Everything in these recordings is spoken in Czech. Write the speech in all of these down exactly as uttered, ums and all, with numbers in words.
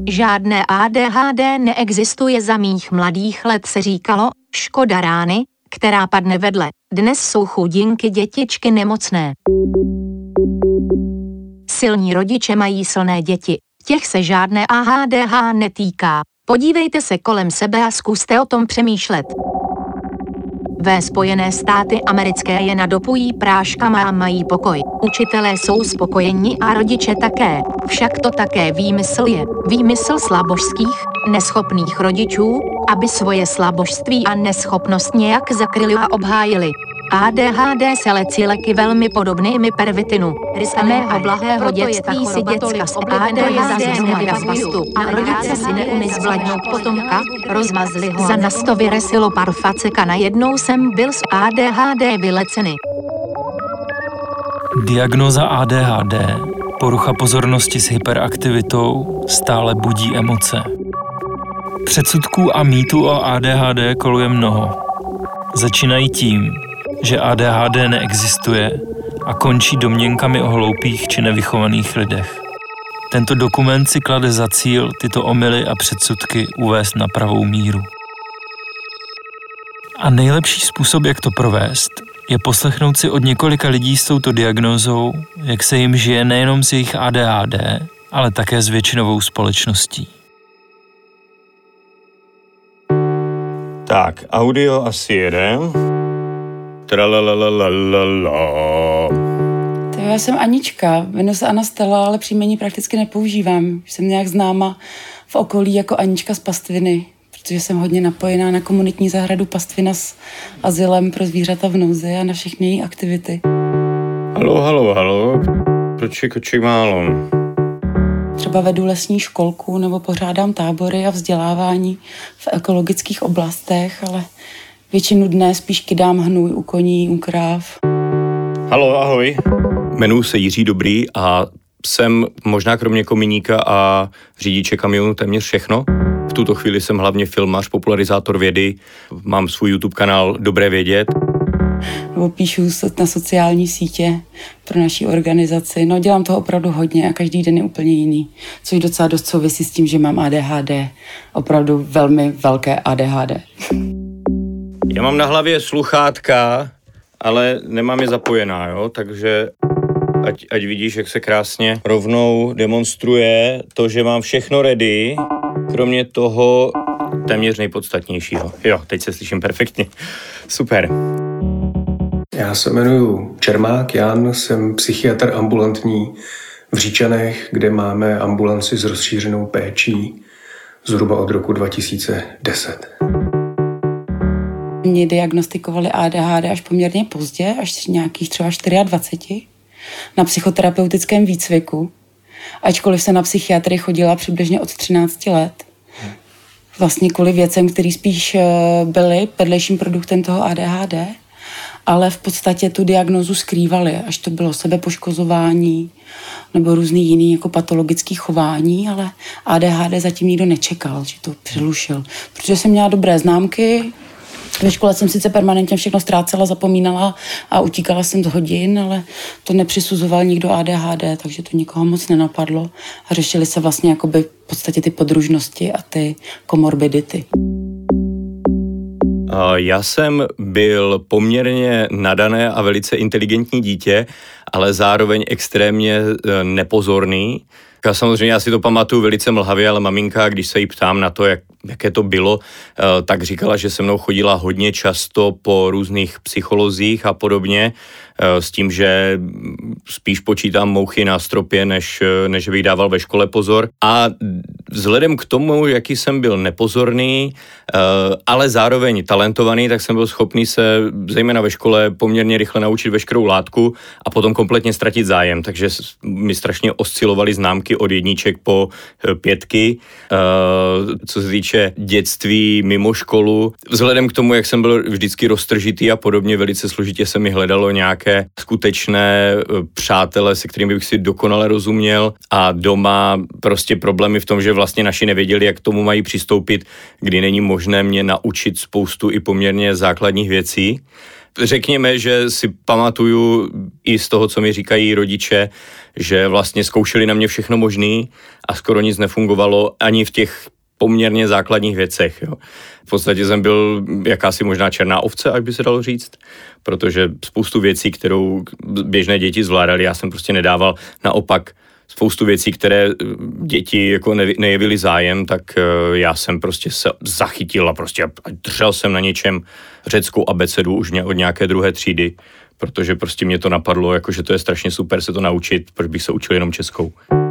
Žádné A D H D neexistuje, za mých mladých let se říkalo, škoda rány, která padne vedle. Dnes jsou chudinky dětičky nemocné. Silní rodiče mají silné děti, těch se žádné A D H netýká. Podívejte se kolem sebe a zkuste o tom přemýšlet. Ve Spojené státy americké je nadopují práškama a mají pokoj. Učitelé jsou spokojení a rodiče také. Však to také výmysl je. Výmysl slabožských, neschopných rodičů, aby svoje slabožství a neschopnost nějak zakryli a obhájili. A D H D se lecí léky velmi podobnými pervitinu. Rysaného blahého dětství si děcka s A D H D nevyrapastu a rodice si neumí zvládnout potomka, rozmazli ho za nasto vyresilo parfaceka, najednou jsem byl s A D H D vylecený. Diagnóza A D H D, porucha pozornosti s hyperaktivitou, stále budí emoce. Předsudků a mýtů o A D H D koluje mnoho. Začínají tím, že A D H D neexistuje a končí domněnkami o hloupých či nevychovaných lidech. Tento dokument si klade za cíl tyto omyly a předsudky uvést na pravou míru. A nejlepší způsob, jak to provést, je poslechnout si od několika lidí s touto diagnózou, jak se jim žije nejenom s jejich A D H D, ale také s většinovou společností. Tak, audio asi jede. Tralalalala. To já jsem Anička, jmenuji se Anna Stella, ale příjmení prakticky nepoužívám. Jsem nějak známa v okolí jako Anička z Pastviny, protože jsem hodně napojená na komunitní zahradu Pastvina s azylem pro zvířata v nouzi a na všechny její aktivity. Halo, halo, halo. Proč je koček málo? Třeba vedu lesní školku nebo pořádám tábory a vzdělávání v ekologických oblastech, ale většinu dne spíš kydám hnůj u koní, u kráv. Halo, ahoj. Jmenuji se Jiří Dobrý a jsem možná kromě kominíka a řidiče kamionu téměř všechno. V tuto chvíli jsem hlavně filmař, popularizátor vědy, mám svůj YouTube kanál Dobré vědět. Nebo píšu na sociální sítě pro naší organizaci. No, dělám toho opravdu hodně a každý den je úplně jiný. Což docela dost souvisí s tím, že mám A D H D. Opravdu velmi velké A D H D. Já mám na hlavě sluchátka, ale nemám je zapojená, jo? Takže ať, ať vidíš, jak se krásně rovnou demonstruje to, že mám všechno ready, kromě toho téměř nejpodstatnějšího. Jo, teď se slyším perfektně. Super. Já se jmenuji Čermák Jan, jsem psychiatr ambulantní v Říčanech, kde máme ambulanci s rozšířenou péčí zhruba od roku dva tisíce deset. Mě diagnostikovali A D H D až poměrně pozdě, až nějakých třeba dvacet čtyři, na psychoterapeutickém výcviku, ačkoliv se na psychiatrii chodila přibližně od třinácti let. Vlastně kvůli věcem, které spíš byly vedlejším produktem toho A D H D, ale v podstatě tu diagnózu skrývali, až to bylo sebepoškozování nebo různý jiný jako patologický chování, ale A D H D zatím nikdo nečekal, že to přelušil. Protože jsem měla dobré známky, ve škole jsem sice permanentně všechno ztrácela, zapomínala a utíkala jsem z hodin, ale to nepřisuzoval nikdo A D H D, takže to nikoho moc nenapadlo a řešily se vlastně jakoby v podstatě ty podružnosti a ty komorbidity. Já jsem byl poměrně nadané a velice inteligentní dítě, ale zároveň extrémně nepozorný. Já samozřejmě já si to pamatuju velice mlhavě, ale maminka, když se jí ptám na to, jak, jaké to bylo, tak říkala, že se mnou chodila hodně často po různých psycholozích a podobně, s tím, že spíš počítám mouchy na stropě, než, než bych dával ve škole pozor. A vzhledem k tomu, jaký jsem byl nepozorný, ale zároveň talentovaný, tak jsem byl schopný se zejména ve škole poměrně rychle naučit veškerou látku a potom kompletně ztratit zájem. Takže mi strašně oscilovaly známky od jedniček po pětky. Co se týče dětství mimo školu, vzhledem k tomu, jak jsem byl vždycky roztržitý a podobně, velice složitě se mi hledalo nějaké skutečné přátele, se kterými bych si dokonale rozuměl, a doma prostě problémy v tom, že vlastně naši nevěděli, jak k tomu mají přistoupit, kdy není možné mě naučit spoustu i poměrně základních věcí. řekněme, že si pamatuju i z toho, co mi říkají rodiče, že vlastně zkoušeli na mě všechno možný a skoro nic nefungovalo ani v těch poměrně základních věcech. Jo. V podstatě jsem byl jakási možná černá ovce, jak by se dalo říct, protože spoustu věcí, kterou běžné děti zvládaly, já jsem prostě nedával. Naopak spoustu věcí, které děti jako nejevily zájem, tak já jsem prostě se zachytil a prostě držel jsem na něčem řeckou abecedu už od nějaké druhé třídy, protože prostě mě to napadlo, jakože to je strašně super se to naučit, proč bych se učil jenom českou.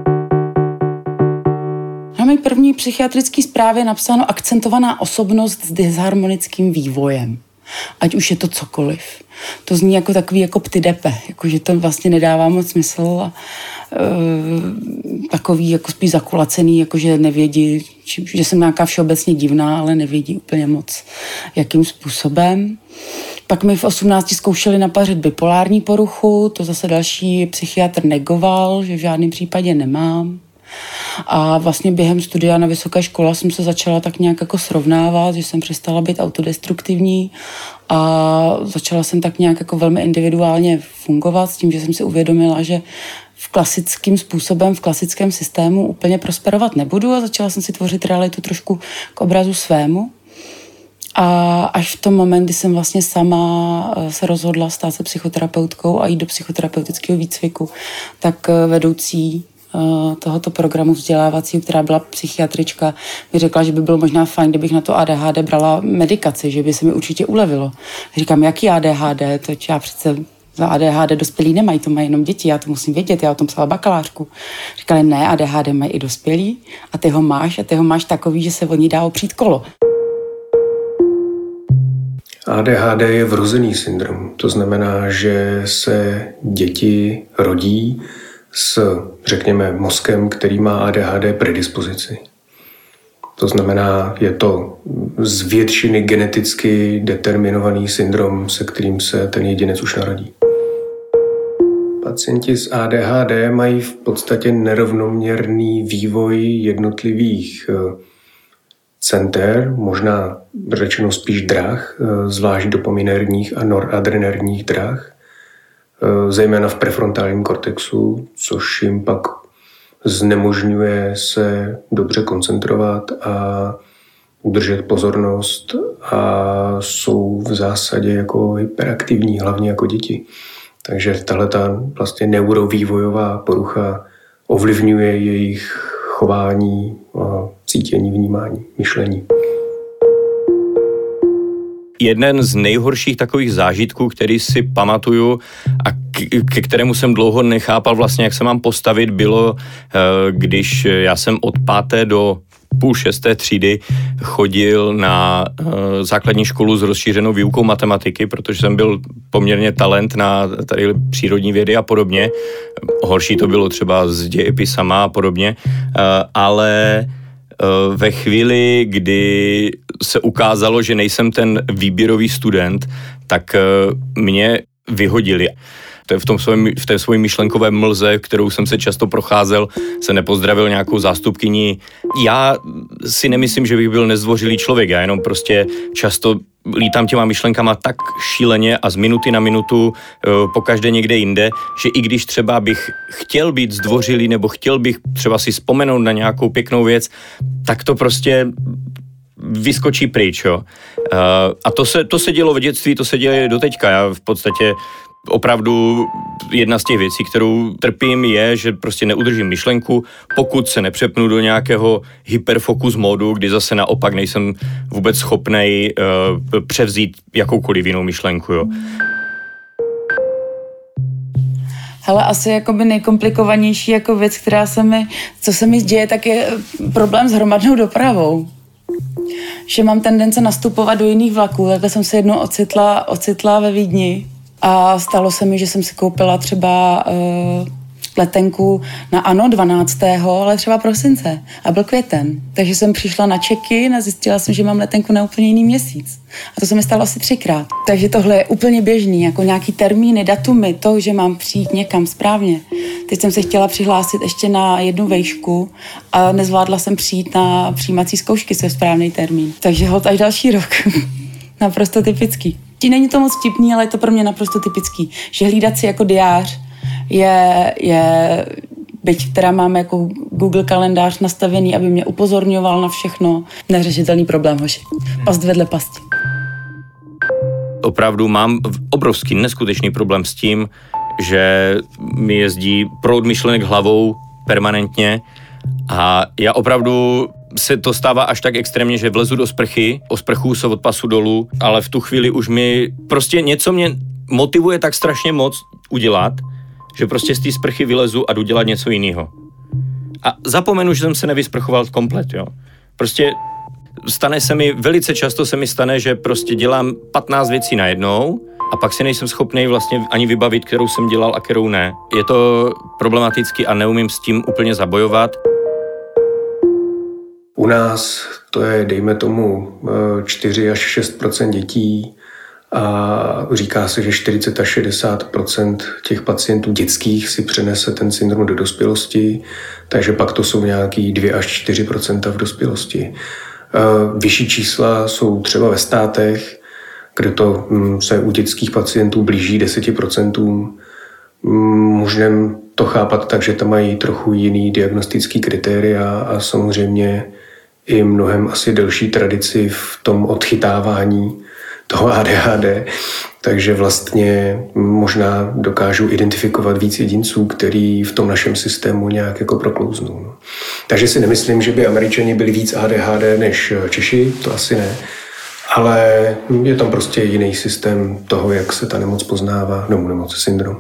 Na mé první psychiatrické zprávě je napsáno akcentovaná osobnost s disharmonickým vývojem. Ať už je to cokoliv. To zní jako takový jako ptydepe, jakože to vlastně nedává moc smysl a e, takový jako spíš zakulacený, jakože nevědí, že jsem nějaká všeobecně divná, ale nevědí úplně moc, jakým způsobem. Pak mi v osmnácti zkoušeli napařit bipolární poruchu, to zase další psychiatr negoval, že v žádném případě nemám. A vlastně během studia na vysoké škole jsem se začala tak nějak jako srovnávat, že jsem přestala být autodestruktivní a začala jsem tak nějak jako velmi individuálně fungovat s tím, že jsem si uvědomila, že v klasickým způsobem, v klasickém systému úplně prosperovat nebudu a začala jsem si tvořit realitu trošku k obrazu svému. A až v tom moment, kdy jsem vlastně sama se rozhodla stát se psychoterapeutkou a jít do psychoterapeutického výcviku, tak vedoucí tohoto programu vzdělávacího, která byla psychiatrička, mi řekla, že by bylo možná fajn, kdybych na to A D H D brala medikaci, že by se mi určitě ulevilo. Říkám, jaký A D H D? To já přece za A D H D dospělí nemají, to mají jenom děti, já to musím vědět, já o tom psala bakalářku. Říkali, ne, A D H D mají i dospělí a ty ho máš a ty ho máš takový, že se od ní dá opřít kolo. A D H D je vrozený syndrom, to znamená, že se děti rodí s, řekněme, mozkem, který má A D H D predispozici. To znamená, je to z většiny geneticky determinovaný syndrom, se kterým se ten jedinec už narodí. Pacienti s A D H D mají v podstatě nerovnoměrný vývoj jednotlivých center, možná řečeno spíš drah, zvlášť dopaminérních a noradrenergních drah, zejména v prefrontálním kortexu, což jim pak znemožňuje se dobře koncentrovat a udržet pozornost a jsou v zásadě jako hyperaktivní, hlavně jako děti. Takže tahleta vlastně neurovývojová porucha ovlivňuje jejich chování, cítění, vnímání, myšlení. Jeden z nejhorších takových zážitků, který si pamatuju a ke kterému jsem dlouho nechápal vlastně, jak se mám postavit, bylo, když já jsem od páté do půl šesté třídy chodil na základní školu s rozšířenou výukou matematiky, protože jsem byl poměrně talent na tady přírodní vědy a podobně. Horší to bylo třeba s dějepisama a podobně, ale ve chvíli, kdy se ukázalo, že nejsem ten výběrový student, tak mě vyhodili. V tom svém, v té svojí myšlenkové mlze, kterou jsem se často procházel, se nepozdravil nějakou zástupkyni. Já si nemyslím, že bych byl nezdvořilý člověk, já jenom prostě často lítám těma myšlenkama tak šíleně a z minuty na minutu pokaždé někde jinde, že i když třeba bych chtěl být zdvořilý nebo chtěl bych třeba si vzpomenout na nějakou pěknou věc, tak to prostě vyskočí pryč. Jo. A to se, to se dělo v dětství, to se děje doteďka. Já v podstatě opravdu jedna z těch věcí, kterou trpím, je, že prostě neudržím myšlenku, pokud se nepřepnu do nějakého hyperfokus módu, kdy zase naopak nejsem vůbec schopnej uh, převzít jakoukoliv jinou myšlenku. Jo. Hele, asi jakoby nejkomplikovanější jako věc, která se mi, co se mi děje, tak je problém s hromadnou dopravou. Že mám tendence nastupovat do jiných vlaků, takhle jsem se jednou ocitla, ocitla ve Vídni. A stalo se mi, že jsem si koupila třeba uh, letenku na ANO dvanáctého ale třeba prosince. A byl květen. Takže jsem přišla na check-in a zjistila jsem, že mám letenku na úplně jiný měsíc. A to se mi stalo asi třikrát. Takže tohle je úplně běžný, jako nějaký termíny, datumy, to, že mám přijít někam správně. Teď jsem se chtěla přihlásit ještě na jednu vejšku a nezvládla jsem přijít na přijímací zkoušky se správný termín. Takže hod až další rok. Naprosto typický. Není to moc vtipný, ale je to pro mě naprosto typický, že hlídat si jako diář je, je byť teda mám jako Google kalendář nastavený, aby mě upozorňoval na všechno, neřešitelný problém, hoši. Past vedle pasti. Opravdu mám obrovský, neskutečný problém s tím, že mi jezdí proud myšlenek hlavou permanentně a já opravdu se to stává až tak extrémně, že vlezu do sprchy, osprchuju se od pasu dolů, ale v tu chvíli už mi prostě něco mě motivuje tak strašně moc udělat, že prostě z té sprchy vylezu a jdu dělat něco jiného. A zapomenu, že jsem se nevysprchoval komplet, jo. Prostě stane se mi, velice často se mi stane, že prostě dělám patnáct věcí najednou a pak si nejsem schopný vlastně ani vybavit, kterou jsem dělal a kterou ne. Je to problematický a neumím s tím úplně zabojovat. U nás to je, dejme tomu, čtyři až šest procent dětí a říká se, že čtyřicet až šedesát procent těch pacientů dětských si přenese ten syndrom do dospělosti, takže pak to jsou nějaký dva až čtyři procenta v dospělosti. Vyšší čísla jsou třeba ve státech, kde to se u dětských pacientů blíží deseti procentům. Můžeme to chápat tak, že tam mají trochu jiný diagnostický kritéria a samozřejmě i mnohem asi delší tradici v tom odchytávání toho A D H D, takže vlastně možná dokážu identifikovat víc jedinců, který v tom našem systému nějak jako proklouznou. Takže si nemyslím, že by Američani byli víc A D H D než Češi, to asi ne, ale je tam prostě jiný systém toho, jak se ta nemoc poznává, nebo nemoc syndrom.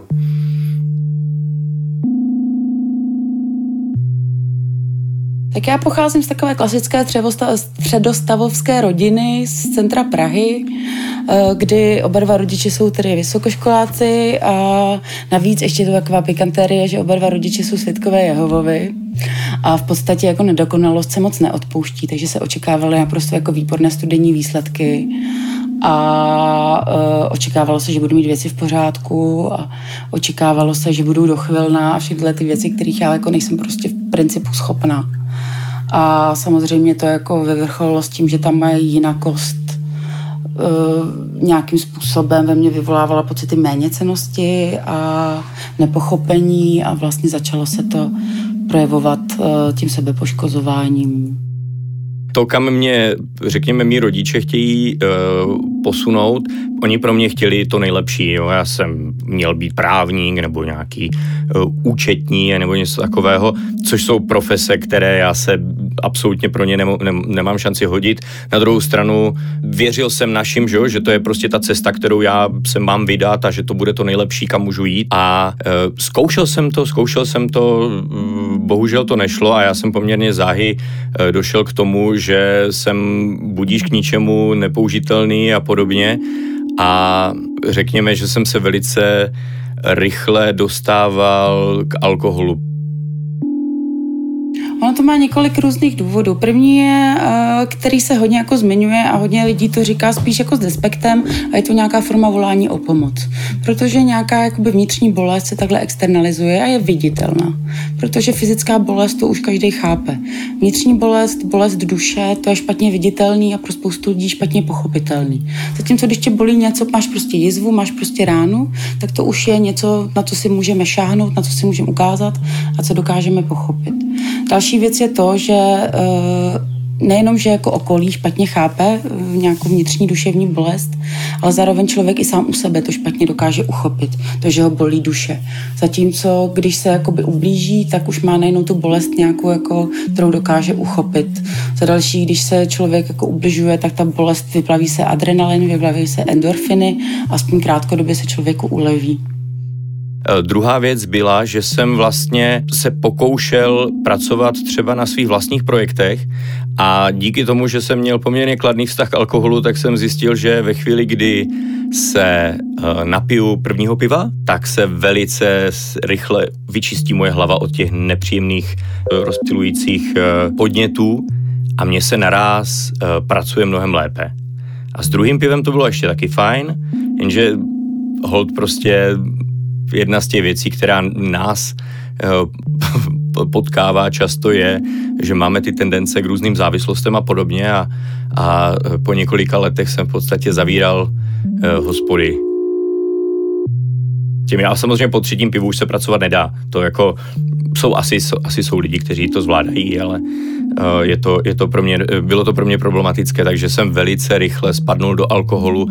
Tak já pocházím z takové klasické středostavovské rodiny z centra Prahy, kdy oba dva rodiče jsou tedy vysokoškoláci a navíc ještě to taková pikantérie, že oba dva rodiče jsou svědkové Jehovovi a v podstatě jako nedokonalost se moc neodpouští, takže se očekávaly naprosto jako výborné studijní výsledky a uh, očekávalo se, že budu mít věci v pořádku a očekávalo se, že budu dochvilná a všechny ty věci, kterých já jako nejsem prostě v principu schopná. A samozřejmě to jako vyvrcholilo s tím, že tam mají jinakost uh, nějakým způsobem ve mně vyvolávala pocity méněcennosti a nepochopení a vlastně začalo se to projevovat uh, tím sebepoškozováním. To, kam mě, řekněme, mý rodiče chtějí uh, posunout, oni pro mě chtěli to nejlepší. Jo? Já jsem měl být právník nebo nějaký uh, účetní nebo něco takového, což jsou profese, které já se absolutně pro ně nemo, ne, nemám šanci hodit. Na druhou stranu věřil jsem našim, že, jo? Že to je prostě ta cesta, kterou já se mám vydat a že to bude to nejlepší, kam můžu jít. A uh, zkoušel jsem to, zkoušel jsem to, uh, bohužel to nešlo a já jsem poměrně záhy uh, došel k tomu, že jsem budíš k ničemu nepoužitelný a podobně a řekněme, že jsem se velice rychle dostával k alkoholu. Ono to má několik různých důvodů. První je, který se hodně jako zmiňuje a hodně lidí to říká spíš jako s despektem a je to nějaká forma volání o pomoc. Protože nějaká jakoby vnitřní bolest se takhle externalizuje a je viditelná. Protože fyzická bolest to už každý chápe. Vnitřní bolest, bolest duše, to je špatně viditelný a pro spoustu lidí špatně pochopitelný. Zatímco když tě bolí něco, máš prostě jizvu, máš prostě ránu, tak to už je něco, na co si můžeme šáhnout, na co si můžeme ukázat a co dokážeme pochopit. Další věc je to, že nejenom, že jako okolí špatně chápe nějakou vnitřní duševní bolest, ale zároveň člověk i sám u sebe to špatně dokáže uchopit, to, že ho bolí duše. Zatímco, když se jakoby ublíží, tak už má nejenom tu bolest nějakou, jako, kterou dokáže uchopit. Za další, když se člověk jako ubližuje, tak ta bolest vyplaví se adrenalin, vyplaví se endorfiny a aspoň krátkodobě se člověku uleví. Druhá věc byla, že jsem vlastně se pokoušel pracovat třeba na svých vlastních projektech a díky tomu, že jsem měl poměrně kladný vztah k alkoholu, tak jsem zjistil, že ve chvíli, kdy se napiju prvního piva, tak se velice rychle vyčistí moje hlava od těch nepříjemných rozptylujících podnětů a mně se naráz pracuje mnohem lépe. A s druhým pivem to bylo ještě taky fajn, jenže hold prostě jedna z těch věcí, která nás potkává často je, že máme ty tendence k různým závislostem a podobně a, a po několika letech jsem v podstatě zavíral uh, hospody. Tím a samozřejmě po třetím pivu už se pracovat nedá. To jako jsou asi, asi jsou lidi, kteří to zvládají, ale uh, je to, je to pro mě, bylo to pro mě problematické, takže jsem velice rychle spadnul do alkoholu.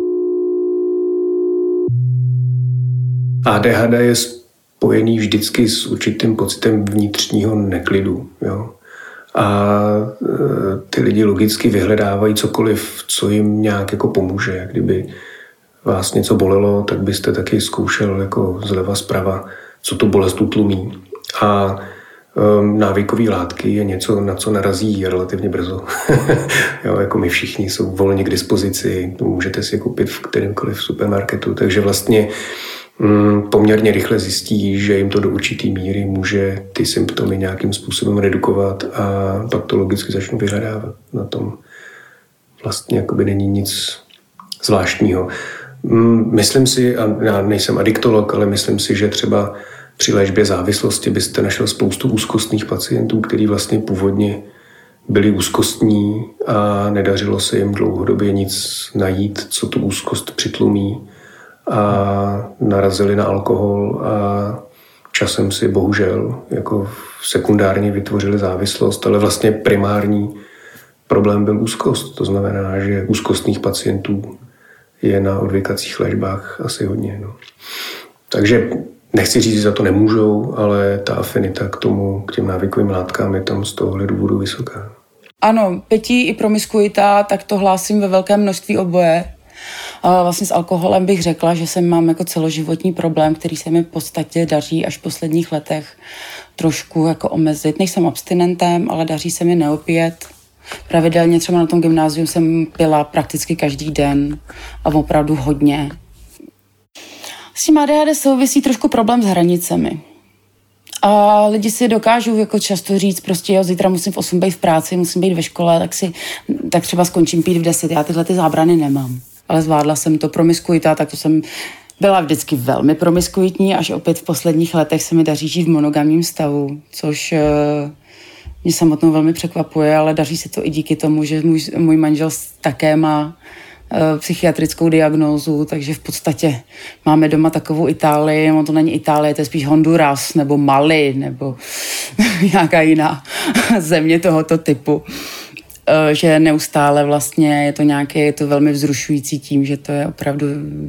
A D H D je spojený vždycky s určitým pocitem vnitřního neklidu. Jo? A ty lidi logicky vyhledávají cokoliv, co jim nějak jako pomůže. Jak kdyby vás něco bolelo, tak byste taky zkoušel jako zleva zprava, co tu bolest utlumí. A um, návykové látky je něco, na co narazí relativně brzo. Jo, jako my všichni jsou volně k dispozici, můžete si je koupit v kterémkoliv supermarketu, takže vlastně um, poměrně rychle zjistí, že jim to do určité míry může ty symptomy nějakým způsobem redukovat a pak to logicky začnou vyhledávat. Na tom vlastně jakoby není nic zvláštního. Myslím si, a já nejsem adiktolog, ale myslím si, že třeba při léčbě závislosti byste našel spoustu úzkostných pacientů, kteří vlastně původně byli úzkostní a nedařilo se jim dlouhodobě nic najít, co tu úzkost přitlumí a narazili na alkohol a časem si bohužel jako sekundárně vytvořili závislost, ale vlastně primární problém byl úzkost. To znamená, že úzkostných pacientů je na odvykacích léčbách asi hodně. No. Takže nechci říct, že za to nemůžou, ale ta afinita k tomu, k těm návykovým látkám je tam z tohohle důvodu vysoká. Ano, pití i promiskuita, tak to hlásím ve velkém množství oboje. A vlastně s alkoholem bych řekla, že jsem mám jako celoživotní problém, který se mi v podstatě daří až v posledních letech trošku jako omezit. Nejsem abstinentem, ale daří se mi neopět. Pravidelně třeba na tom gymnáziu jsem pila prakticky každý den a opravdu hodně. S tím A D H D souvisí trošku problém s hranicemi. A lidi si dokážou jako často říct, prostě jo, zítra musím v osm být v práci, musím být ve škole, tak, si, tak třeba skončím pít v deset. Já tyhle ty zábrany nemám. Ale zvládla jsem to promiskuita, tak to jsem byla vždycky velmi promiskuitní, až opět v posledních letech se mi daří žít v monogamním stavu, což mě samotnou velmi překvapuje, ale daří se to i díky tomu, že můj, můj manžel také má e, psychiatrickou diagnózu, takže v podstatě máme doma takovou Itálii, no to není Itálie, to je spíš Honduras, nebo Mali, nebo nějaká jiná země tohoto typu. E, že neustále vlastně je to nějaké, je to velmi vzrušující tím, že to je opravdu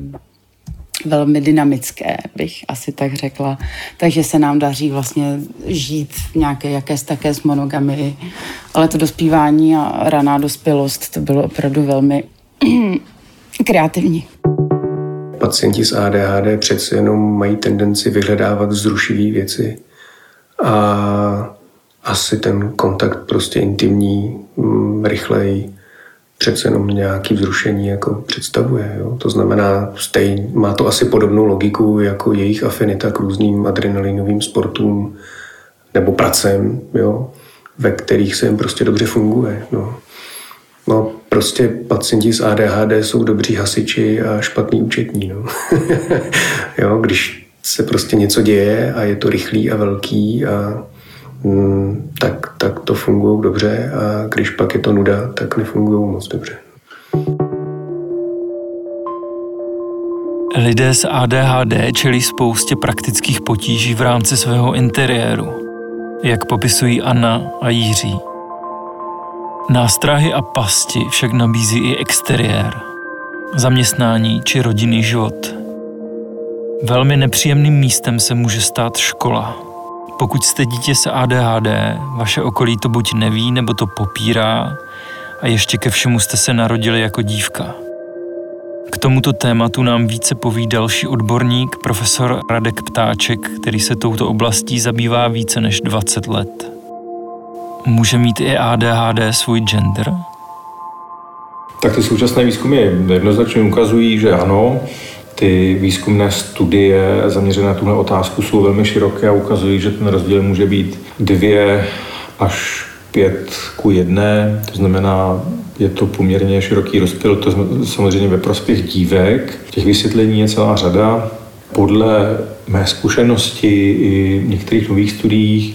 velmi dynamické, bych asi tak řekla. Takže se nám daří vlastně žít v nějaké jakési také s monogamy. Ale to dospívání a raná dospělost, to bylo opravdu velmi kreativní. Pacienti s A D H D přece jenom mají tendenci vyhledávat vzrušivé věci a asi ten kontakt prostě intimní, rychleji, přece jenom nějaký vzrušení jako představuje. Jo? To znamená, stejně, má to asi podobnou logiku jako jejich afinita k různým adrenalinovým sportům nebo pracem, jo? Ve kterých se jim prostě dobře funguje. No. no prostě pacienti s A D H D jsou dobří hasiči a špatný účetní. No. jo? Když se prostě něco děje a je to rychlý a velký a Hmm, tak, tak to funguje dobře a když pak je to nuda, tak nefungují moc dobře. Lidé s A D H D čelí spoustě praktických potíží v rámci svého interiéru, jak popisují Anna a Jiří. Nástrahy a pasti však nabízí i exteriér, zaměstnání či rodinný život. Velmi nepříjemným místem se může stát škola. Pokud jste dítě s A D H D, vaše okolí to buď neví, nebo to popírá a ještě ke všemu jste se narodili jako dívka. K tomuto tématu nám více poví další odborník, profesor Radek Ptáček, který se touto oblastí zabývá více než dvacet let. Může mít i A D H D svůj gender? Tak ty současné výzkumy jednoznačně ukazují, že ano. Ty výzkumné studie zaměřené na tuhle otázku jsou velmi široké a ukazují, že ten rozdíl může být dvě až pět ku jedné. To znamená, je to poměrně široký rozptyl, to samozřejmě ve prospěch dívek. Těch vysvětlení je celá řada. Podle mé zkušenosti i některých nových studiích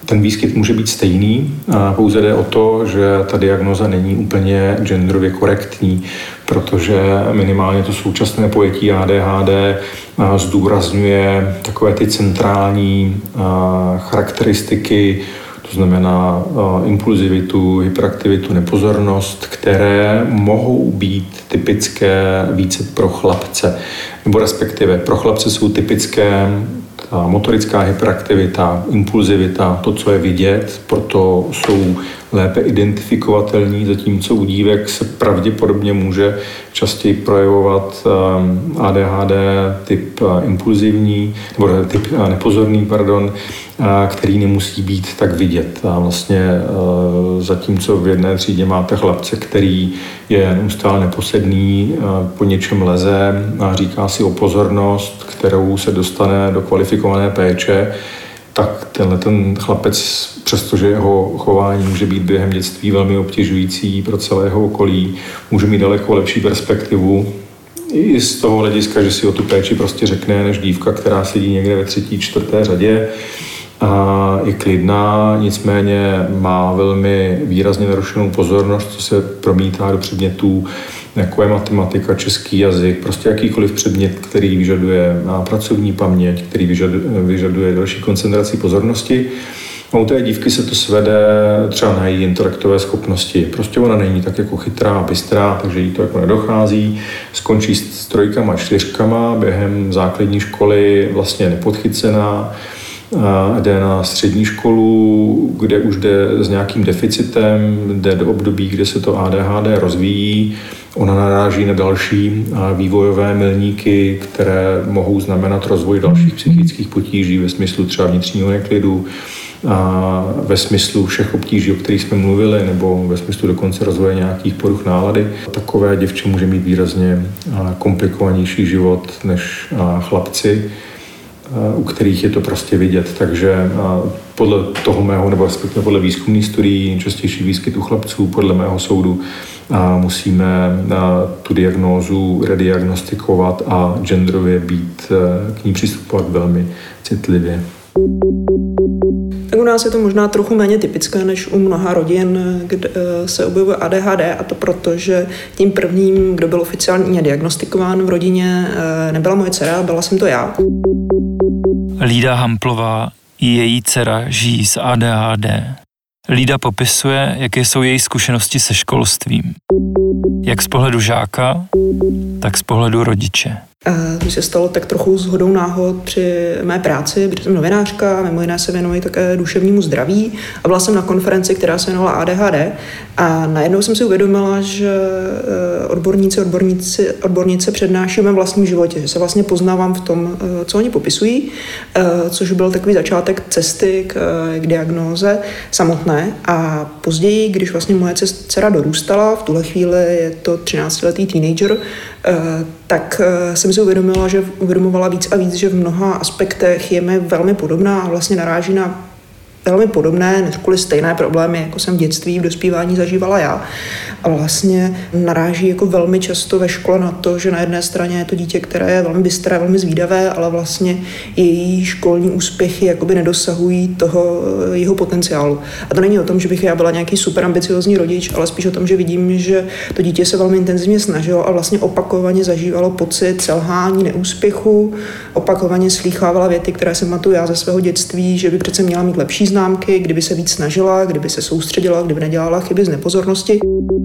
ten výskyt může být stejný, a pouze jde o to, že ta diagnóza není úplně genderově korektní, protože minimálně to současné pojetí A D H D zdůrazňuje takové ty centrální charakteristiky, to znamená impulzivitu, hyperaktivitu, nepozornost, které mohou být typické více pro chlapce, nebo respektive pro chlapce jsou typické ta motorická hyperaktivita, impulzivita, to, co je vidět, proto jsou lépe identifikovatelní, zatímco u dívek se pravděpodobně může častěji projevovat A D H D typ impulzivní, nebo typ nepozorný, pardon, který nemusí být tak vidět. A vlastně zatímco v jedné třídě máte chlapce, který je neustále neposedný, po něčem leze a říká si o pozornost, kterou se dostane do kvalifikované péče, tak tenhle ten chlapec, přestože jeho chování může být během dětství velmi obtěžující pro celého okolí, může mít daleko lepší perspektivu i z toho hlediska, že si o tu péči prostě řekne, než dívka, která sedí někde ve třetí, čtvrté řadě a je klidná, nicméně má velmi výrazně narušenou pozornost, co se promítá do předmětů, jako je matematika, český jazyk, prostě jakýkoliv předmět, který vyžaduje pracovní paměť, který vyžaduje, vyžaduje další koncentraci pozornosti. A u té dívky se to svede třeba na její intelektové schopnosti. Prostě ona není tak jako chytrá a bystrá, takže jí to jako nedochází. Skončí s trojkama, čtyřkama, během základní školy vlastně nepodchycená. Jde na střední školu, kde už jde s nějakým deficitem, jde do období, kde se to A D H D rozvíjí. Ona naráží na další vývojové milníky, které mohou znamenat rozvoj dalších psychických potíží ve smyslu třeba vnitřního neklidu, a ve smyslu všech obtíží, o kterých jsme mluvili, nebo ve smyslu dokonce rozvoje nějakých poruch nálady. Takové děvče může mít výrazně komplikovanější život než chlapci, u kterých je to prostě vidět. Takže podle toho mého, nebo respektive podle výzkumných studií, častější výskyt u chlapců, podle mého soudu, musíme tu diagnózu rediagnostikovat a genderově být k ní přistupovat velmi citlivě. Tak u nás je to možná trochu méně typické než u mnoha rodin, kde se objevuje A D H D, a to proto, že tím prvním, kdo byl oficiálně diagnostikován v rodině, nebyla moje dcera, byla jsem to já. Lída Hamplová i její dcera žijí s A D H D. Lída popisuje, jaké jsou její zkušenosti se školstvím. Jak z pohledu žáka, tak z pohledu rodiče. To se stalo tak trochu shodou náhod při mé práci, protože jsem novinářka a mimo jiné se věnuji také duševnímu zdraví a byla jsem na konferenci, která se jmenovala A D H D a najednou jsem si uvědomila, že odborníci, odborníci, odbornice přednáší o mém vlastním životě, že se vlastně poznávám v tom, co oni popisují, což byl takový začátek cesty k, k diagnóze samotné a později, když vlastně moje dcera dorůstala, v tuhle chvíli je to třináctiletý teenager, tak jsem si uvědomila, že uvědomovala víc a víc, že v mnoha aspektech je mi velmi podobná a vlastně naráží na velmi podobné, neřekli stejné problémy, jako jsem v dětství, v dospívání zažívala já. A vlastně naráží jako velmi často ve škole na to, že na jedné straně je to dítě, které je velmi bystré, velmi zvídavé, ale vlastně její školní úspěchy jakoby nedosahují toho jeho potenciálu. A to není o tom, že bych já byla nějaký super ambiciozní rodič, ale spíš o tom, že vidím, že to dítě se velmi intenzivně snažilo a vlastně opakovaně zažívalo pocit selhání, neúspěchu, opakovaně slýchávala věty, které jsem pamatuju já ze svého dětství, že by přece měla mít lepší známky, kdyby se víc snažila, kdyby se soustředila, kdyby nedělala chyby z nepozornosti.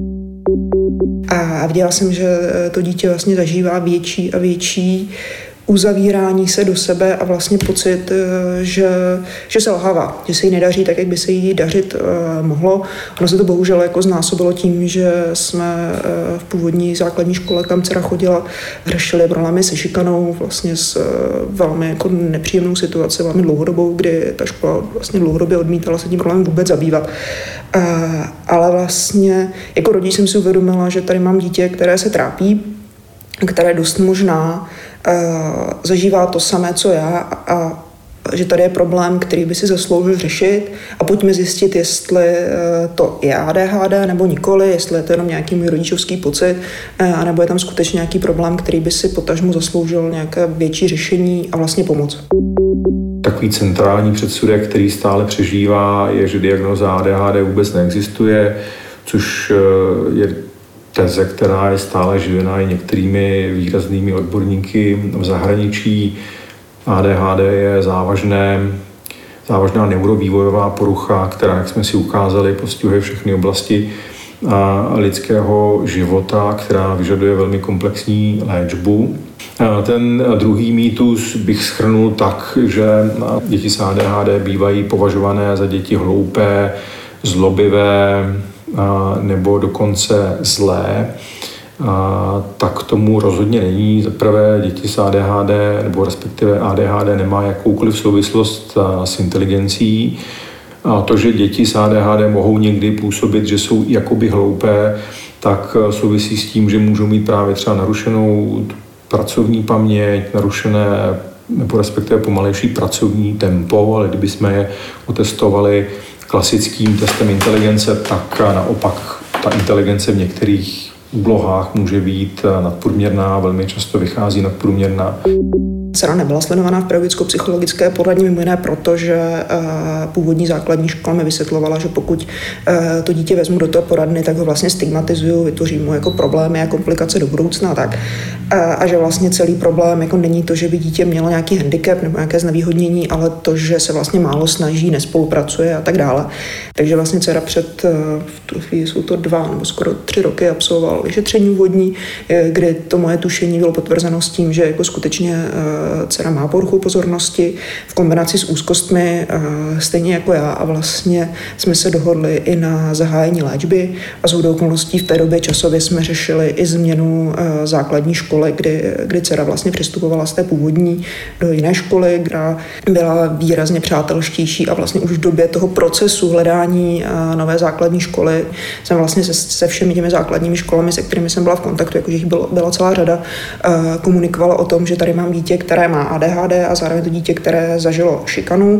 A viděla jsem, že to dítě vlastně zažívá větší a větší uzavírání se do sebe a vlastně pocit, že, že se lhává, že se jí nedaří tak, jak by se jí dařit uh, mohlo. Ono se to bohužel jako znásobilo tím, že jsme uh, v původní základní škole, kam dcera chodila, řešili problémy se šikanou, vlastně s uh, velmi jako nepříjemnou situací, velmi dlouhodobou, kdy ta škola vlastně dlouhodobě odmítala se tím problémem vůbec zabývat. Uh, ale vlastně jako rodič jsem si uvědomila, že tady mám dítě, které se trápí, které dost možná Uh, zažívá to samé, co já a, a že tady je problém, který by si zasloužil řešit a pojďme zjistit, jestli uh, to je A D H D nebo nikoli, jestli je to jenom nějaký můj rodičovský pocit, uh, anebo je tam skutečně nějaký problém, který by si potažmu zasloužil nějaké větší řešení a vlastně pomoc. Takový centrální předsudek, který stále přežívá, je, že diagnóza A D H D vůbec neexistuje, což je teze, která je stále živená i některými výraznými odborníky v zahraničí. A D H D je závažné, závažná neurovývojová porucha, která, jak jsme si ukázali, postihuje všechny oblasti lidského života, která vyžaduje velmi komplexní léčbu. Ten druhý mýtus bych shrnul tak, že děti s A D H D bývají považované za děti hloupé, zlobivé nebo dokonce zlé. Tak tomu rozhodně není. Za prvé děti s A D H D nebo respektive A D H D nemá jakoukoliv souvislost s inteligencí. A to, že děti s A D H D mohou někdy působit, že jsou jakoby hloupé, tak souvisí s tím, že můžou mít právě třeba narušenou pracovní paměť, narušené nebo respektive pomalejší pracovní tempo, ale kdybychom je otestovali klasickým testem inteligence, tak naopak ta inteligence v některých úlohách může být nadprůměrná, velmi často vychází nadprůměrná. Dcera nebyla sledovaná v pedagogicko-psychologické poradně mimo jiné proto, že původní základní škola mi vysvětlovala, že pokud to dítě vezmu do té poradny, tak ho vlastně stigmatizuju, vytvořím mu jako problémy a komplikace do budoucna a tak. A že vlastně celý problém jako není to, že by dítě mělo nějaký handicap nebo nějaké znevýhodnění, ale to, že se vlastně málo snaží, nespolupracuje a tak dále. Takže vlastně dcera před, v tu chvíli jsou to dva nebo skoro tři roky absolvoval vyšetření úvodní, kdy to moje tušení bylo potvrzeno s tím, že jako skutečně dcera má poruchu pozornosti v kombinaci s úzkostmi, stejně jako já, a vlastně jsme se dohodli i na zahájení léčby a shodou okolností v té době časově jsme řešili i změnu základní školy, kdy, kdy dcera vlastně přistupovala z té původní do jiné školy, která byla výrazně přátelštější a vlastně už v době toho procesu hledání nové základní školy jsem vlastně se, se všemi těmi základními školami, se kterými jsem byla v kontaktu, jakože jich bylo, byla celá řada, komunikovala o tom, že tady mám dítě, které má A D H D a zároveň to dítě, které zažilo šikanu,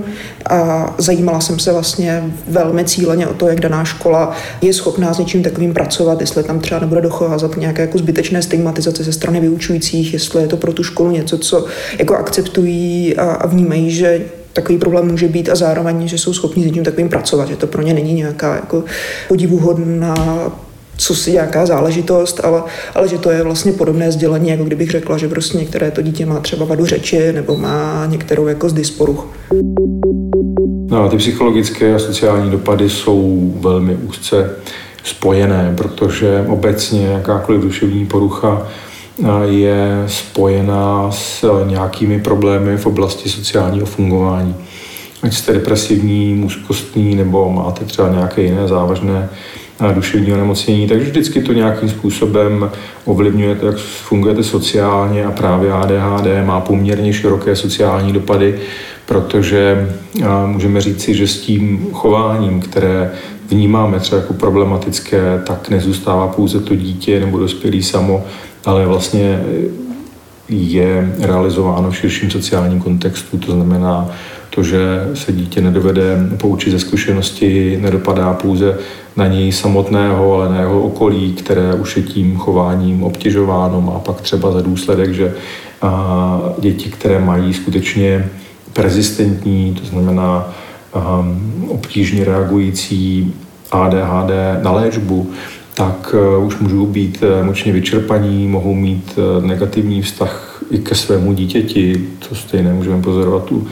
a zajímala jsem se vlastně velmi cíleně o to, jak daná škola je schopná s něčím takovým pracovat, jestli tam třeba nebude docházet k nějaké jako zbytečné stigmatizaci ze strany vyučujících, jestli je to pro tu školu něco, co jako akceptují a, a vnímají, že takový problém může být a zároveň, že jsou schopni s něčím takovým pracovat, že to pro ně není nějaká jako podivuhodná co si nějaká záležitost, ale, ale že to je vlastně podobné sdělení, jako kdybych řekla, že prostě některé to dítě má třeba vadu řeči nebo má některou jako z dysporuch. No, ty psychologické a sociální dopady jsou velmi úzce spojené, protože obecně jakákoliv duševní porucha je spojená s nějakými problémy v oblasti sociálního fungování. Ať jste depresivní, úzkostný nebo máte třeba nějaké jiné závažné duševní onemocnění, takže vždycky to nějakým způsobem ovlivňuje to, jak fungujete sociálně, a právě A D H D má poměrně široké sociální dopady, protože můžeme říci, že s tím chováním, které vnímáme třeba jako problematické, tak nezůstává pouze to dítě nebo dospělý samo, ale vlastně je realizováno v širším sociálním kontextu, to znamená to, že se dítě nedovede poučit ze zkušenosti, nedopadá pouze na něj samotného, ale na jeho okolí, které už je tím chováním obtěžováno, má pak třeba za důsledek, že děti, které mají skutečně persistentní, to znamená obtížně reagující A D H D na léčbu, tak už můžou být emočně vyčerpaní, mohou mít negativní vztah i ke svému dítěti, to stejné můžeme pozorovat u,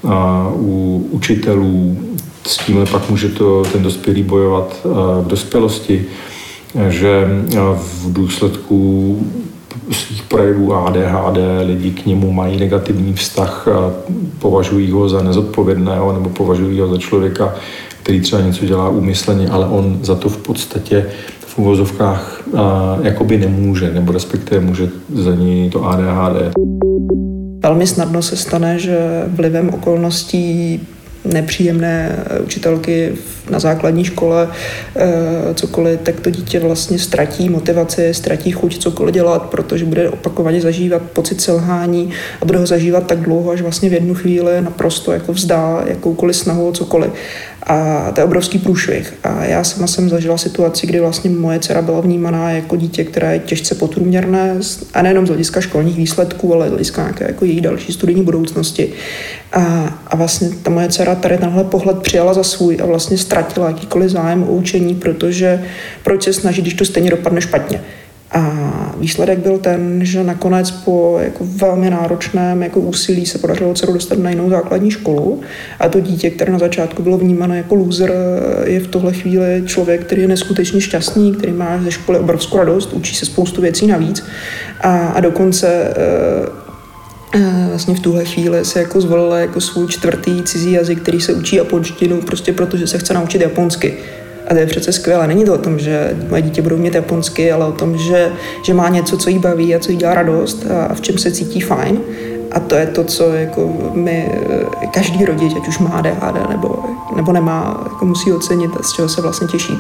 u učitelů. S tímhle pak může to ten dospělý bojovat v dospělosti, že v důsledku svých projevů A D H D lidi k němu mají negativní vztah, považují ho za nezodpovědného nebo považují ho za člověka, který třeba něco dělá úmyslně, ale on za to v podstatě v uvozovkách jakoby nemůže, nebo respektive může za něj to A D H D. Velmi snadno se stane, že vlivem okolností nepříjemné učitelky na základní škole, cokoliv, tak to dítě vlastně ztratí motivaci, ztratí chuť cokoliv dělat, protože bude opakovaně zažívat pocit selhání a bude ho zažívat tak dlouho, až vlastně v jednu chvíli naprosto jako vzdá jakoukoliv snahu o cokoliv. A to je obrovský průšvih. A já sama jsem zažila situaci, kdy vlastně moje dcera byla vnímaná jako dítě, které je těžce podprůměrné, a nejenom z hlediska školních výsledků, ale z hlediska nějaké jako její další studijní budoucnosti. A, a vlastně ta moje dcera tady tenhle pohled přijala za svůj a vlastně ztratila jakýkoliv zájem o učení, protože proč se snažit, když to stejně dopadne špatně. A výsledek byl ten, že nakonec po jako velmi náročném jako úsilí se podařilo dceru dostat na jinou základní školu. A to dítě, které na začátku bylo vnímáno jako loser, je v tohle chvíli člověk, který je neskutečně šťastný, který má ze školy obrovskou radost, učí se spoustu věcí navíc. A, a dokonce vlastně v tuhle chvíli se jako zvolila jako svůj čtvrtý cizí jazyk, který se učí japonštinu, prostě protože se chce naučit japonsky. A to je přece skvělé. Není to o tom, že moje dítě budou mít japonsky, ale o tom, že, že má něco, co jí baví a co jí dělá radost a v čem se cítí fajn. A to je to, co jako my, každý rodič, ať už má A D H D nebo, nebo nemá, jako musí ocenit a z čeho se vlastně těší.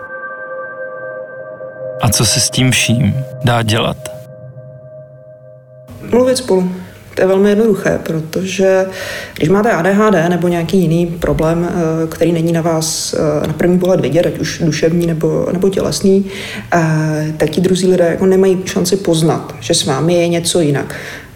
A co se s tím vším dá dělat? Mluvit spolu. To je velmi jednoduché, protože když máte A D H D nebo nějaký jiný problém, který není na vás na první pohled vidět, ať už duševní nebo, nebo tělesný, tak ti druzí lidé jako nemají šanci poznat, že s vámi je něco jinak.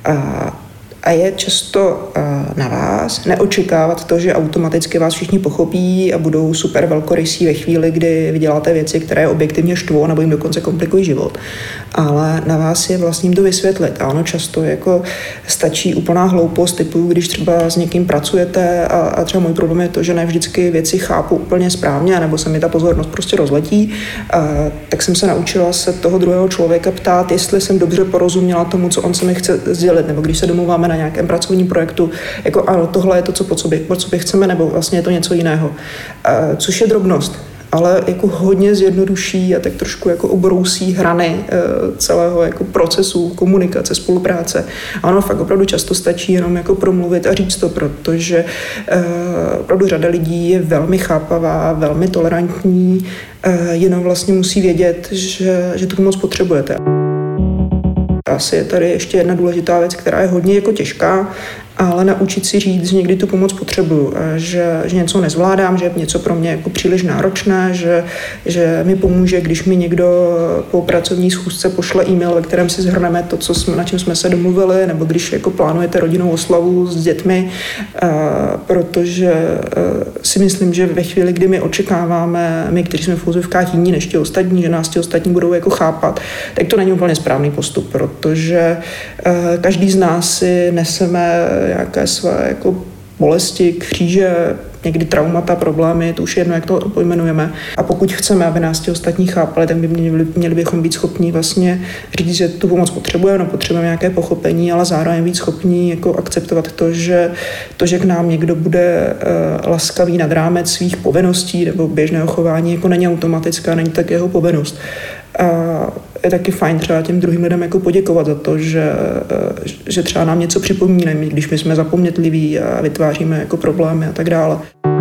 A je často na vás neočekávat to, že automaticky vás všichni pochopí a budou super velkorysí ve chvíli, kdy vy děláte věci, které objektivně štvou nebo jim dokonce komplikují život. Ale na vás je vlastně jim to vysvětlit. A ono často jako stačí úplná hloupost typu, když třeba s někým pracujete a, a třeba můj problém je to, že ne vždycky věci chápu úplně správně, nebo se mi ta pozornost prostě rozletí, a, tak jsem se naučila se toho druhého člověka ptát, jestli jsem dobře porozuměla tomu, co on se mi chce sdělit, nebo když se domluváme na nějakém pracovním projektu, jako ano, tohle je to, co po sobě, po sobě chceme, nebo vlastně je to něco jiného. A, což je drobnost, ale jako hodně zjednoduší a tak trošku jako obrousí hrany e, celého jako procesu komunikace, spolupráce. A ono fakt opravdu často stačí jenom jako promluvit a říct to, protože e, opravdu řada lidí je velmi chápavá, velmi tolerantní, e, jenom vlastně musí vědět, že, že tu pomoc potřebujete. Asi je tady ještě jedna důležitá věc, která je hodně jako těžká, ale naučit si říct, že někdy tu pomoc potřebuju, že, že něco nezvládám, že je něco pro mě jako příliš náročné, že, že mi pomůže, když mi někdo po pracovní schůzce pošle e-mail, ve kterém si shrneme to, co jsme, na čem jsme se domluvili, nebo když jako plánujete rodinnou oslavu s dětmi, a, protože a, si myslím, že ve chvíli, kdy my očekáváme, my, kteří jsme v úzovkách jiní než ti ostatní, že nás ti ostatní budou jako chápat, tak to není úplně správný postup, protože a, každý z nás si neseme nějaké své jako bolesti, kříže, někdy traumata, problémy, to už je jedno, jak to pojmenujeme. A pokud chceme, aby nás ti ostatní chápali, tak by měli, měli bychom být schopni vlastně říct, že tu pomoc potřebujeme, no potřebujeme nějaké pochopení, ale zároveň být schopni jako akceptovat to, že to, že k nám někdo bude uh, laskavý nad rámec svých povinností nebo běžného chování, jako není automatická, není tak jeho povinnost. A je taky fajn třeba těm druhým lidem jako poděkovat za to, že, že třeba nám něco připomínají, když my jsme zapomnětliví a vytváříme jako problémy a tak dále.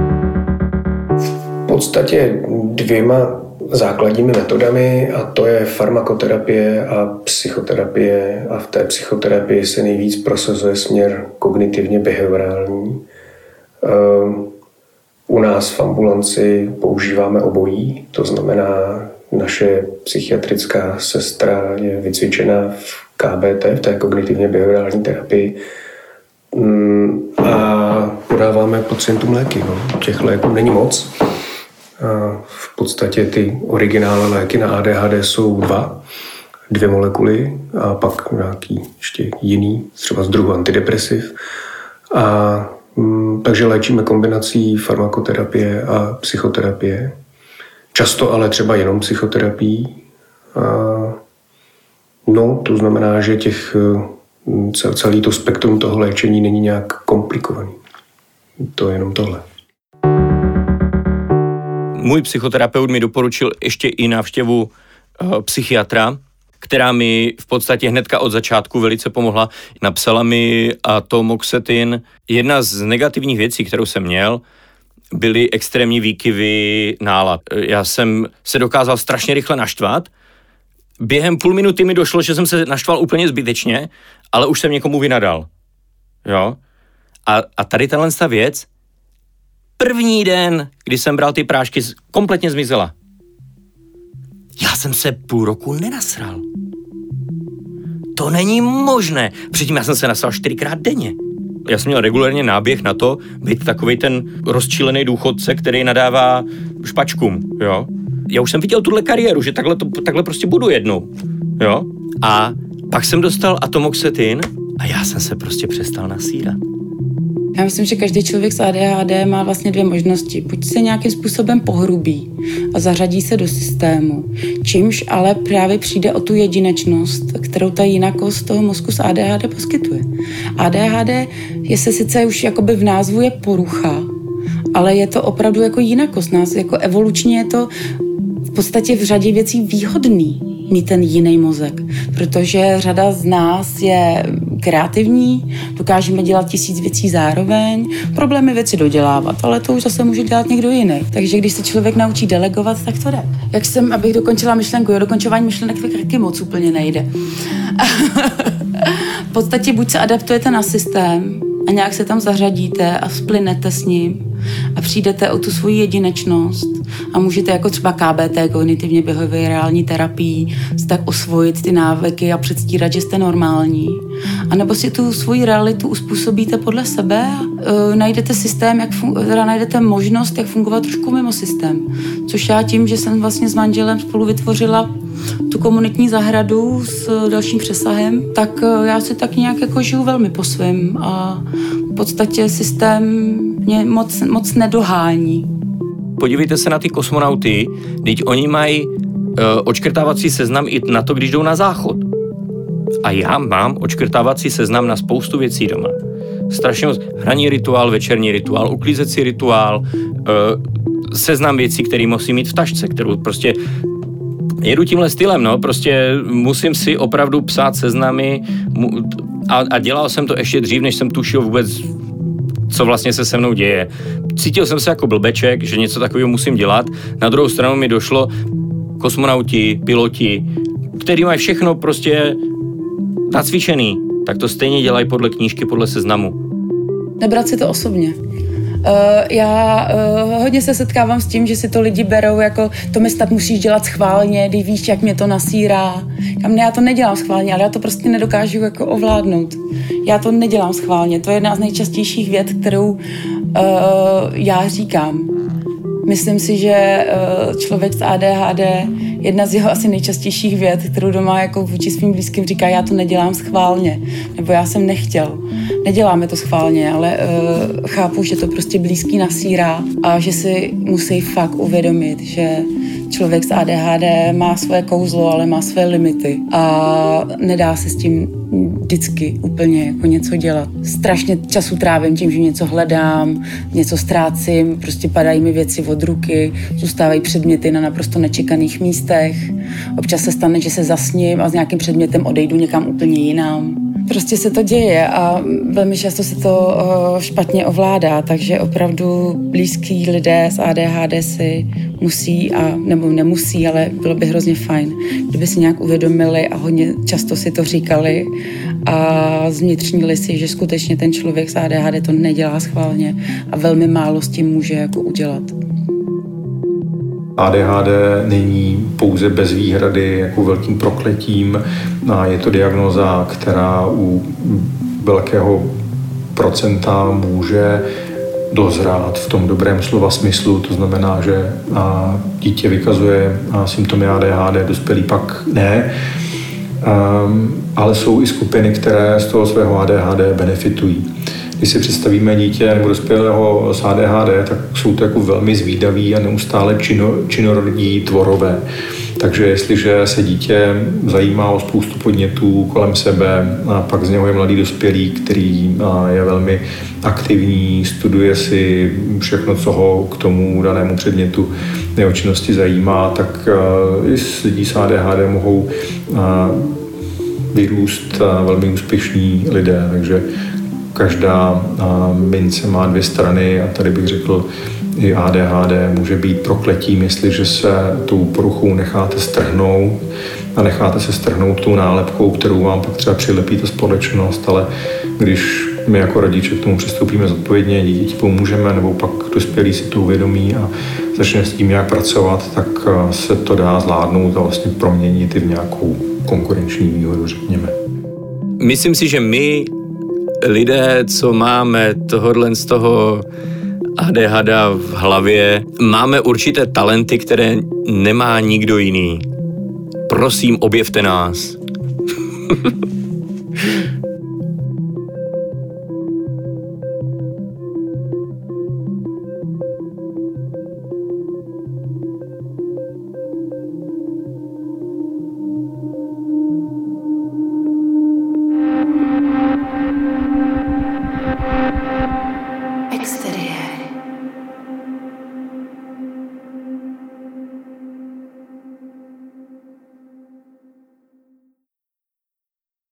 V podstatě dvěma základními metodami, a to je farmakoterapie a psychoterapie, a v té psychoterapii se nejvíc prosazuje směr kognitivně behaviorální. U nás v ambulanci používáme obojí, to znamená, naše psychiatrická sestra je vycvičena v K B T, v té kognitivně behaviorální terapii, a podáváme pacientům léky. No. Těch léků není moc. A v podstatě ty originální léky na A D H D jsou dva, dvě molekuly a pak nějaký ještě jiný, třeba z druhu antidepresiv. A takže léčíme kombinací farmakoterapie a psychoterapie. Často ale třeba jenom psychoterapií. No, to znamená, že těch, celý to spektrum toho léčení není nějak komplikovaný. To je jenom tohle. Můj psychoterapeut mi doporučil ještě i návštěvu uh, psychiatra, která mi v podstatě hnedka od začátku velice pomohla. Napsala mi atomoxetin. Jedna z negativních věcí, kterou jsem měl, byly extrémní výkyvy nálad. Já jsem se dokázal strašně rychle naštvat. Během půl minuty mi došlo, že jsem se naštval úplně zbytečně, ale už jsem někomu vynadal. Jo? A, a tady tahle věc první den, kdy jsem bral ty prášky, kompletně zmizela. Já jsem se půl roku nenasral. To není možné. Předtím já jsem se nasral čtyřikrát denně. Já jsem měl regulérně náběh na to, být takovej ten rozčílený důchodce, který nadává špačkům, jo. Já už jsem viděl tuhle kariéru, že takhle, to, takhle prostě budu jednou, jo. A pak jsem dostal atomoxetin a já jsem se prostě přestal nasírat. Já myslím, že každý člověk s A D H D má vlastně dvě možnosti. Buď se nějakým způsobem pohrubí a zařadí se do systému, čímž ale právě přijde o tu jedinečnost, kterou ta jinakost toho mozku s A D H D poskytuje. A D H D je se sice už jakoby v názvu je porucha, ale je to opravdu jako jinakost. Nás jako evolučně je to v podstatě v řadě věcí výhodný mít ten jiný mozek, protože řada z nás je kreativní, dokážeme dělat tisíc věcí zároveň, problém je věci dodělávat, ale to už zase může dělat někdo jiný. Takže když se člověk naučí delegovat, tak to jde. Jak jsem, abych dokončila myšlenku, jo, dokončování myšlenek taky moc úplně nejde. V podstatě buď se adaptujete na systém a nějak se tam zařadíte a splynete s ním a přijdete o tu svoji jedinečnost a můžete jako třeba K B T, kognitivně behaviorální terapii, tak osvojit ty návyky a předstírat, že jste normální. A nebo si tu svoji realitu uspůsobíte podle sebe a uh, najdete systém, jak fun- teda najdete možnost, jak fungovat trošku mimo systém. Což já tím, že jsem vlastně s manželem spolu vytvořila tu komunitní zahradu s dalším přesahem, tak uh, já si tak nějak jako žiju velmi po svém a v podstatě systém mě moc, moc nedohání. Podívejte se na ty kosmonauty, teď oni mají uh, odškrtávací seznam i na to, když jdou na záchod. A já mám odškrtávací seznam na spoustu věcí doma. Strašně moc. Hraní rituál, večerní rituál, uklízecí rituál, uh, seznam věcí, který musím mít v tašce, kterou prostě jedu tímhle stylem, no, prostě musím si opravdu psát seznamy mu, a, a dělal jsem to ještě dřív, než jsem tušil vůbec, co vlastně se se mnou děje. Cítil jsem se jako blbeček, že něco takového musím dělat. Na druhou stranu mi došlo kosmonauti, piloti, který mají všechno prostě nacvičený, tak to stejně dělají podle knížky, podle seznamu. Nebrat si to osobně. Uh, já uh, hodně se setkávám s tím, že si to lidi berou jako to mi snad musíš dělat schválně, když víš, jak mě to nasírá. Já, já to nedělám schválně, ale já to prostě nedokážu jako ovládnout. Já to nedělám schválně. To je jedna z nejčastějších vět, kterou uh, já říkám. Myslím si, že uh, člověk s A D H D, jedna z jeho asi nejčastějších vět, kterou doma jako vůči svým blízkým říká, já to nedělám schválně, nebo já jsem nechtěl. Neděláme to schválně, ale uh, chápu, že to prostě blízký nasírá a že si musí fakt uvědomit, že člověk s A D H D má své kouzlo, ale má své limity a nedá se s tím vždycky úplně jako něco dělat. Strašně času trávím tím, že něco hledám, něco ztrácím, prostě padají mi věci od ruky, zůstávají předměty na naprosto nečekaných místech. Občas se stane, že se zasním a s nějakým předmětem odejdu někam úplně jinam. Prostě se to děje a velmi často se to špatně ovládá, takže opravdu blízký lidé s A D H D si musí, a, nebo nemusí, ale bylo by hrozně fajn, kdyby si nějak uvědomili a hodně často si to říkali a zvnitřnili si, že skutečně ten člověk s A D H D to nedělá schválně a velmi málo s tím může jako udělat. A D H D není pouze bez výhrady jako velkým prokletím a je to diagnóza, která u velkého procenta může dozrát v tom dobrém slova smyslu, to znamená, že dítě vykazuje symptomy A D H D, dospělý pak ne, ale jsou i skupiny, které z toho svého A D H D benefitují. Když si představíme dítě nebo dospělého s A D H D, tak jsou to jako velmi zvídaví a neustále čino, činorodí tvorové. Takže jestliže se dítě zajímá o spoustu podnětů kolem sebe a pak z něho je mladý dospělý, který je velmi aktivní, studuje si všechno, co ho k tomu danému předmětu jeho činnosti zajímá, tak i s lidí s A D H D mohou vyrůst velmi úspěšní lidé. Takže každá mince má dvě strany a tady bych řekl, i A D H D může být prokletím, jestliže se tou poruchou necháte strhnout a necháte se strhnout tou nálepkou, kterou vám pak třeba přilepí ta společnost, ale když my jako rodiče k tomu přistoupíme zodpovědně, děti pomůžeme, nebo pak dospělí si to uvědomí a začne s tím nějak pracovat, tak se to dá zvládnout a vlastně proměnit i v nějakou konkurenční výhodu, řekněme. Myslím si, že my, lidé, co máme tohodle z toho á dé há dé v hlavě, máme určité talenty, které nemá nikdo jiný. Prosím, objevte nás.